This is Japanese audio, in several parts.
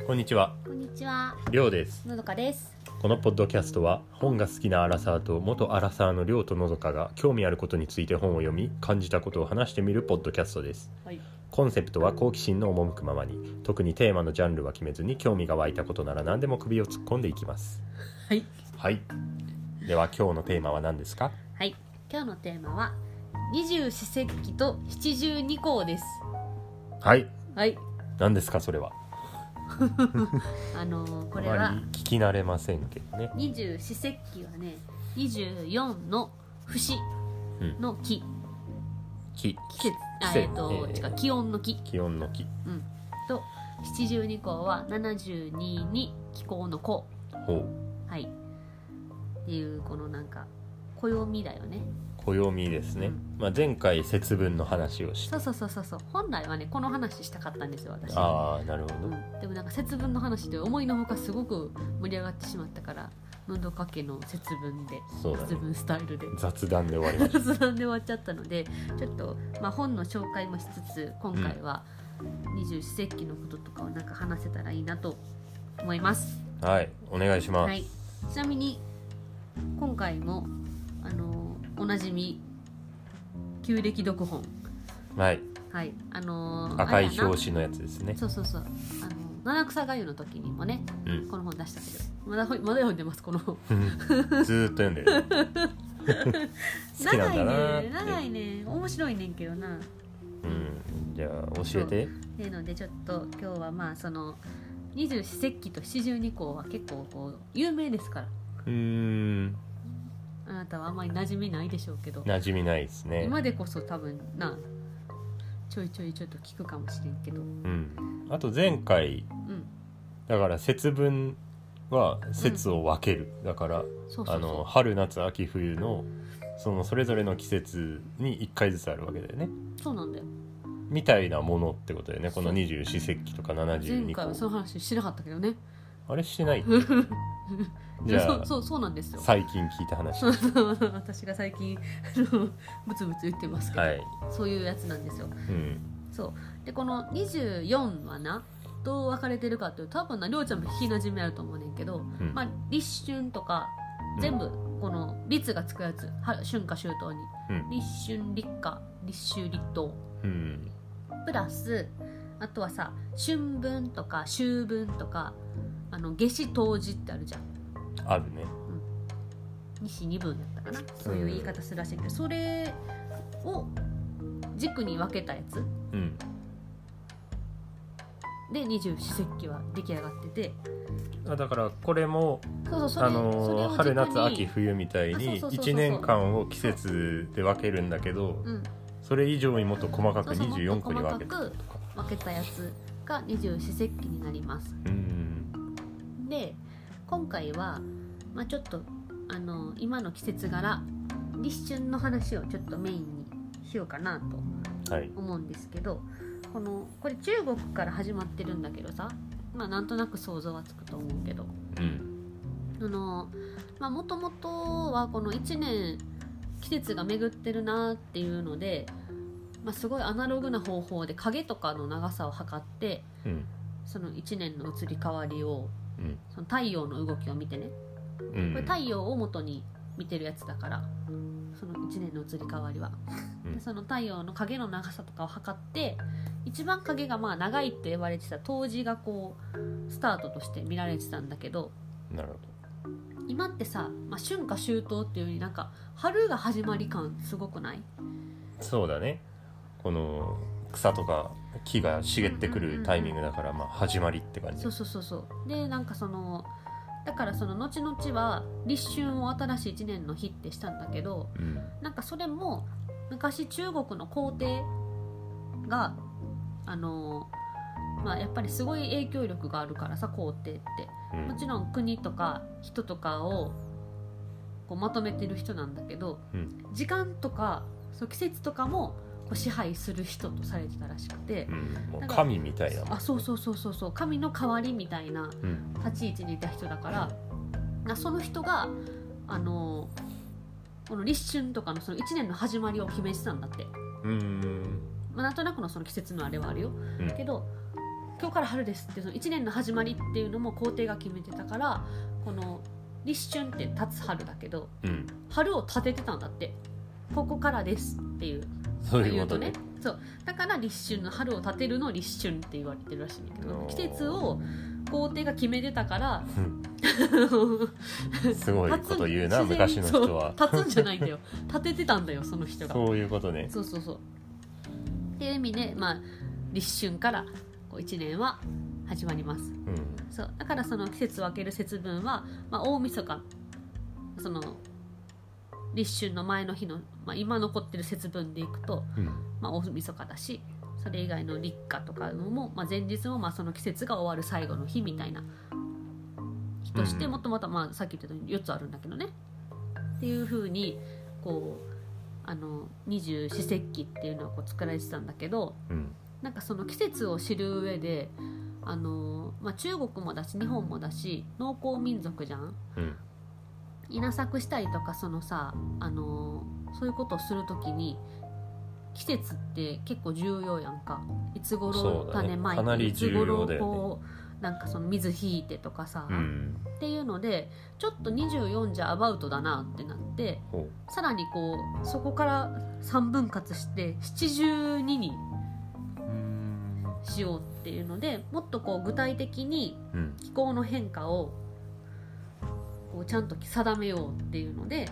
こんにちは。 こんにちは。 りょうです。 のどかです。 このポッドキャストは本が好きなアラサーと元アラサーのりょうとのどかが興味あることについて本を読み感じたことを話してみるポッドキャストです。 はい。 コンセプトは好奇心の赴くままに、特にテーマのジャンルは決めずに興味が湧いたことなら何でも首を突っ込んでいきます。 はい。 はい。では今日のテーマは何ですか？ はい。今日のテーマは二十四節気と七十二候です。 はい。 はい。 何ですかそれは？ これは聞き慣れませんけどね。 二十四節気はね、24の節の気、季節、気温の気、 気温の気、 と七十二候は72に気候の候。 ほう。 はい。っていうこのなんか暦だよね。 暦ですね。前回節分の話をして。 そう。本来はねこの話したかったんですよ私。 ああ、なるほど。 でもなんか節分の話で思いのほかすごく盛り上がってしまったから、のどか家の節分で、節分スタイルで雑談で終わりました雑談で終わっちゃったので、ちょっと本の紹介もしつつ今回は二十四節気のこととかをなんか話せたらいいなと思います。 はい、お願いします。 はい、ちなみに今回もおなじみ旧暦読本、 はい、赤い表紙のやつですね。 そう七草がゆの時にもね、この本出したけどまだ読んでます。この本ずーっと読んでる好きなんだなって。 長いね、面白いねんけどな。 じゃあ教えて。 っていうのでちょっと今日はその二十四節気と七十二候は結構こう有名ですから。あなたはあんまり馴染みないでしょうけど。 馴染みないですね。 今でこそ多分ちょいちょっと聞くかもしれんけど。 あと前回、だから節分は節を分ける、だから春夏秋冬のそれぞれの季節に1回ずつあるわけだよね。 そうなんだよ。 みたいなものってことだよね。この二十四節気とか72個。 前回はその話しなかったけどね。 あれしてないじゃあそうなんですよ。 最近聞いた話私が最近ブツブツ言ってますけど、そういうやつなんですよ。そうでこの24はなどう分かれてるかというと、多分りょうちゃんも聞きなじみあると思うねんけど、立春とか全部この立がつくやつ、春夏秋冬に、立春立夏立秋立冬、プラスあとはさ春分とか秋分とか夏至冬至ってあるじゃん。 あるね。 西二分やったかな、そういう言い方するらしいけど、それを軸に分けたやつ、で二十四節気は出来上がってて、 だからこれも春夏秋冬みたいに1年間を季節で分けるんだけど、それ以上にもっと細かく24個に分けたやつが二十四節気になります。で今回は、ちょっと今の季節柄立春の話をちょっとメインにしようかなと思うんですけど、これ中国から始まってるんだけどさ、なんとなく想像はつくと思うけど、もともとはこの1年季節が巡ってるなっていうので、すごいアナログな方法で影とかの長さを測って、その1年の移り変わりを、その太陽の動きを見てね、これ太陽を元に見てるやつだから、その1年の移り変わりは、でその太陽の影の長さとかを測って、一番影が長いって言われてた冬至がこうスタートとして見られてたんだけど、 なるほど。 今ってさ、春夏秋冬っていうよりなんか春が始まり感すごくない？ そうだね。この草とか木が茂ってくるタイミングだから、始まりって感じ。 そうでなんかだからその後々は立春を新しい1年の日ってしたんだけど、なんかそれも昔中国の皇帝がやっぱりすごい影響力があるからさ、皇帝って、もちろん国とか人とかをこうまとめてる人なんだけど、時間とか季節とかもこう支配する人とされてたらしくて、 もう神みたいな、 そう神の代わりみたいな立ち位置にいた人だから、その人がこの立春とかのその1年の始まりを決めてたんだって。なんとなくのその季節のあれはあるよ、けど今日から春ですってその1年の始まりっていうのも皇帝が決めてたから、この立春って立つ春だけど、春を立ててたんだって。ここからですっていう、 そういうことね。 そうだから立春の春を立てるの立春って言われてるらしいんだけど、季節を皇帝が決めてたからすごいこと言うな昔の人は。 立つんじゃないんだよ、立ててたんだよその人が。 そういうことね。 そうっていう意味で、立春からこう1年は始まります、そうだからその季節を分ける節分は、大晦日、その立春の前の日の、今残ってる節分でいくと、大晦日だし、それ以外の立夏とかのも、前日もその季節が終わる最後の日みたいな日として、もともとさっき言ったように4つあるんだけどねっていう風にこう二十四節気っていうのをこう作られてたんだけど、なんかその季節を知る上で中国もだし日本もだし農耕民族じゃん、稲作したりとかそのさ、そういうことをするときに季節って結構重要やんか。いつ頃種まいて、いつ頃こうなんかその水引いてとかさ、っていうのでちょっと24じゃアバウトだなってなって、さらにこうそこから3分割して72にしようっていうので、もっとこう具体的に気候の変化をこうちゃんと定めようっていうので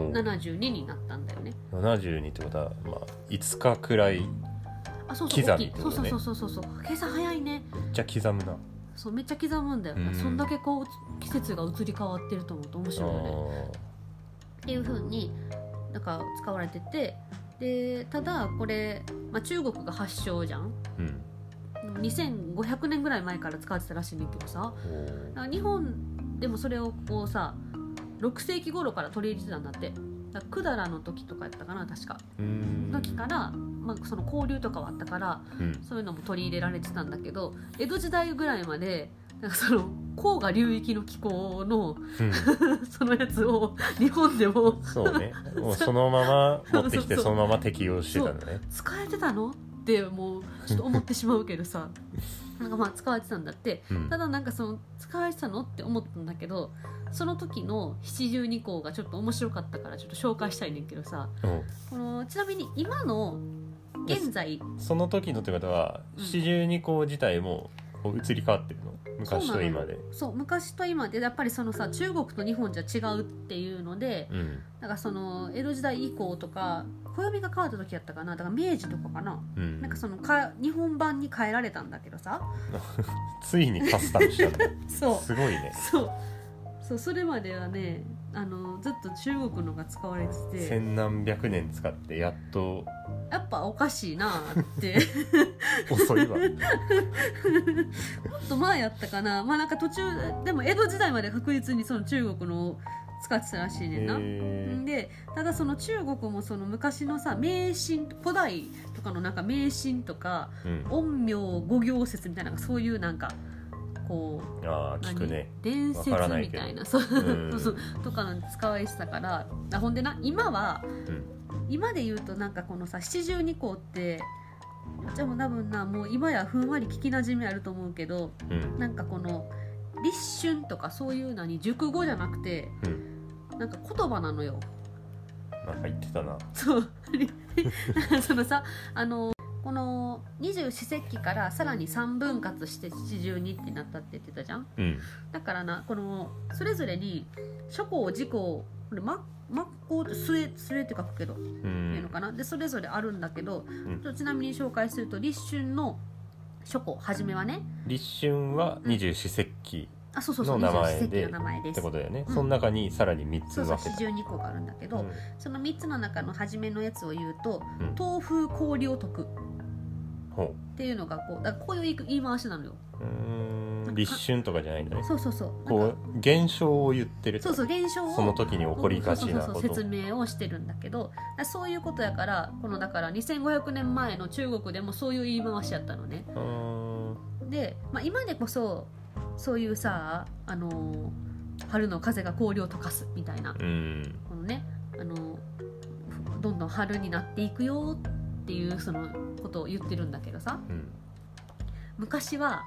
72になったんだよね。 72ってことは、5日くらい刻みってことね。 そう計算早いね。 めっちゃ刻むな。 そうめっちゃ刻むんだよ、そんだけこう季節が移り変わってると思うと面白いよねっていう風になんか使われてて、でただこれ、中国が発祥じゃん、2500年ぐらい前から使われてたらしいんだけどさ、日本でもそれをこうさ6世紀頃から取り入れてたんだって。百済の時とかやったかな確か時から、その交流とかはあったから、そういうのも取り入れられてたんだけど、江戸時代ぐらいまでなんかその黄河流域の気候の、そのやつを日本でもそうね、もうそのまま持ってきてそのまま適用してたんだね。 使えてたのってもうちょっと思ってしまうけどさなんか使われてたんだって、ただなんかその使われてたのって思ったんだけど、その時の七十二候がちょっと面白かったからちょっと紹介したいねんけどさ、このちなみに今の現在その時のってことは、七十二候自体も移り変わってるの？昔と今で。 そう昔と今でやっぱりそのさ中国と日本じゃ違うっていうので、なんかその江戸時代以降とか暦が変わった時やったかな、だから明治とかかな、なんかその日本版に変えられたんだけどさついにカスタムしたんだそうすごいね。 そうそれまではねずっと中国のが使われてて千何百年使ってやっとやっぱおかしいなって遅いわもっと前やったかな、なんか途中でも江戸時代まで確実にその中国の使ってたらしいねんな。でただその中国もその昔のさ迷信古代とかのなんか迷信とか、陰陽五行説みたいなそういうなんかこう聞くね、 伝説みたいなそうとかの使われてたから、ほんでな今は、今で言うとなんかこのさ七十二候ってじゃあもう多分なもう今やふんわり聞きなじみあると思うけど、なんかこの立春とかそういうのに熟語じゃなくて、なんか言葉なのよ。 なんか言ってたな。 そうそのさこの二十四節気からさらに3分割して七十二ってなったって言ってたじゃん、だからなこのそれぞれに初項時項これ末項って末って書くけど、いうのかな。でそれぞれあるんだけど、ちなみに紹介すると立春の初項初めはね、 立春は二十四節気の名前でってことだよね。その中にさらに3つ分けた四十二項があるんだけど、その3つの中の初めのやつを言うと、東風氷を解くっていうのがだからこういう言い回しなのよ。 立春とかじゃないんだね。 そうこう現象を言ってる。 現象をその時に起こりがちなこと説明をしてるんだけど、そういうことやからだから2500年前の中国でもそういう言い回しやったのね。で、今でこそそういうさ春の風が氷を溶かすみたいな、このねどんどん春になっていくよっていうそのことを言ってるんだけどさ、昔は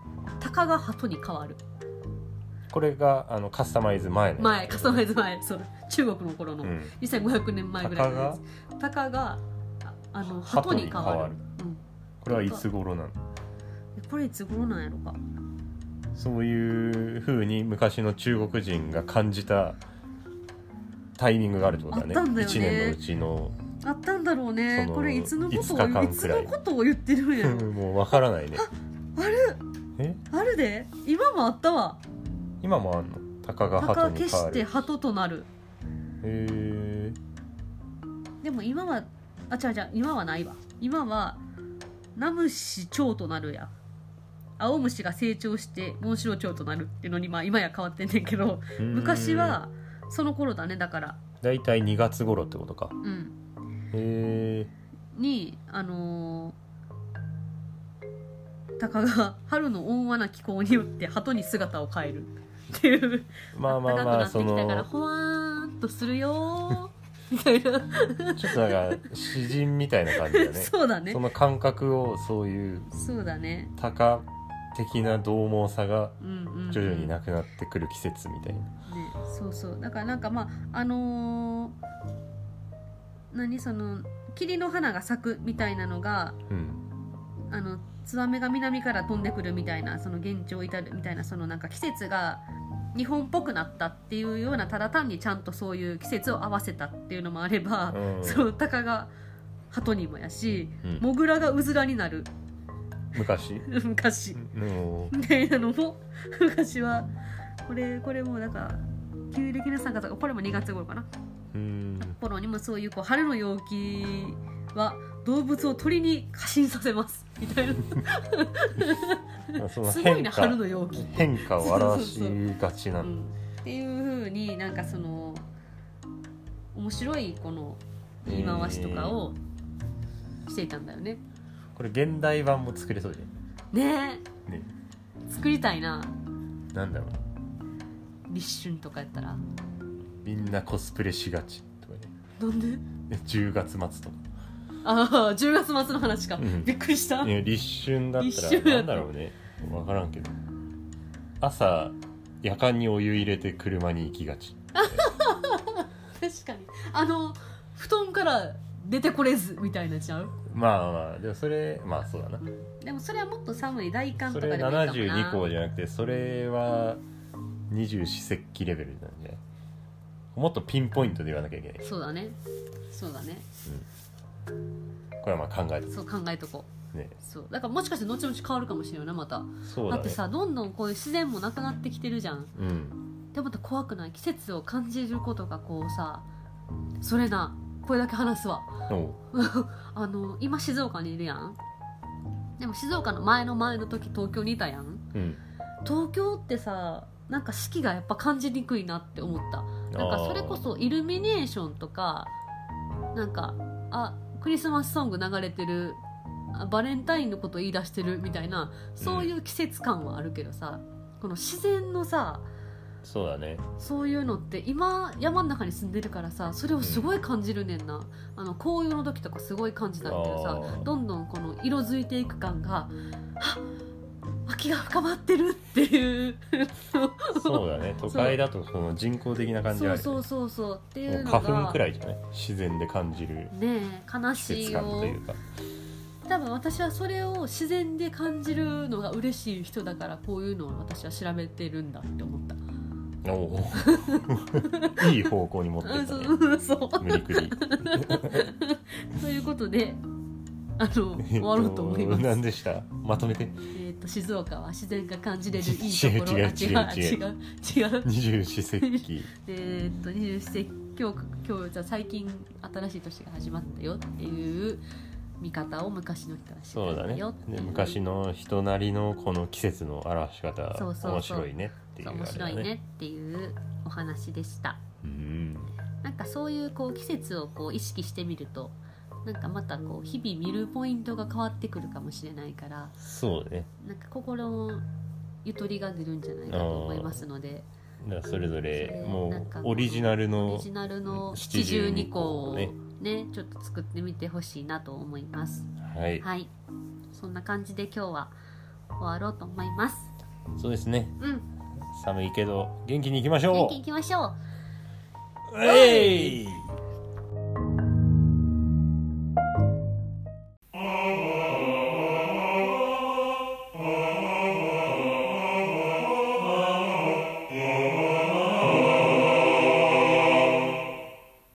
鷹が鳩に変わる。 これがカスタマイズ前のカスタマイズ前、その中国の頃の2500年前ぐらいのやつ。鷹が鳩に変わる。 これはいつ頃なの？ これいつ頃なんやろか。 そういう風に昔の中国人が感じたタイミングがあるってことだね。1年のうちのあったんだろうね。これいつのことを言ってるんやろもうわからないね。 あるで、今もあったわ。 今もあんの？鷹が鳩に変わる。 鷹消して鳩となる。でも今は今はないわ。今はナムシ蝶となるや。青虫が成長してモンシロチョウとなるっていうのに、今や変わってんねんけど、昔はその頃だね。だからだいたい2月頃ってことか。 に鷹が春の温和な気候によって鳩に姿を変えるっていう暖かくなってきたからほわーんとするよみたいなちょっとなんか詩人みたいな感じだね。 そうだね。 その感覚をそういうそうだね。 鷹的な獰猛さが徐々になくなってくる季節みたいな、 そうそう。だからなんかその霧の花が咲くみたいなのが、ツバメが南から飛んでくるみたいな、その幻聴至るみたいな、そのなんか季節が日本っぽくなったっていうような、ただ単にちゃんとそういう季節を合わせたっていうのもあれば、その鷹が鳩にもやし、モグラがうずらになる昔みたいなのも昔はこれもだから旧暦の3月、これも2月頃かな。頃にもそういう春の陽気は動物を鳥に過信させますみたいなすごいね、春の陽気変化を表しがちなっていう風になんかその面白いこの言い回しとかをしていたんだよね。 これ現代版も作れそうじゃんね。作りたいな。 なんだろう、立春とかやったらみんなコスプレしがちとかね。 なんで 10月末とか。 10月末の話か、びっくりした。 立春だったらなんだろうね、分からんけど、朝夜間にお湯入れて車に行きがち確かに布団から出てこれずみたいなちゃう。 でもそれそうだな、 でもそれはもっと寒い大寒とかでもいいかもな。それ72 個じゃなくて、それは二十四節気レベルなんで、もっとピンポイントで言わなきゃいけない。 そうだね、 これは考えてそう考えとこう、そうだからもしかして後々変わるかもしれないなまた。 そうだね、 だってさ、どんどんこういう自然もなくなってきてるじゃん。でもまた怖くない？季節を感じることがこうさ、それな、これだけ話すわ今静岡にいるやん。でも静岡の前の時東京にいたやん、東京ってさ、なんか四季がやっぱ感じにくいなって思った。なんかそれこそイルミネーションとか、なんかクリスマスソング流れてる、バレンタインのこと言い出してるみたいな、そういう季節感はあるけどさ、この自然のさ、 そうだね、 そういうのって今山の中に住んでるからさ、それをすごい感じるねんな。紅葉の時とかすごい感じたんだけどさ、どんどんこの色づいていく感が、秋が深まってるっていうそうだね、都会だとその人工的な感じがある、ね、 そうっていうのが花粉くらいじゃない、自然で感じるね。悲しいよというか、 多分私はそれを自然で感じるのが嬉しい人だから、こういうのを私は調べてるんだって思った。 いい方向に持ってったね無理くりということで終わろうと思います。 何でした？まとめて。 静岡は自然が感じれるいいところ。 違う二十四節気二十四節気、今日じゃ最近新しい年が始まったよっていう見方を昔の人は知ってたよっていう。 そうだね、昔の人なりのこの季節の表し方、面白いねっていう、 面白いねっていうお話でした。なんかそういうこう季節をこう意識してみると、なんかまたこう日々見るポイントが変わってくるかもしれないから、 そうね、 なんか心のゆとりが出るんじゃないかと思いますので、 だからそれぞれもうオリジナルの七十二候をねちょっと作ってみてほしいなと思います。はい、そんな感じで今日は終終わろうと思います。 そうですね、 うん、 寒いけど元気にいきましょう。 元気にいきましょう。 えい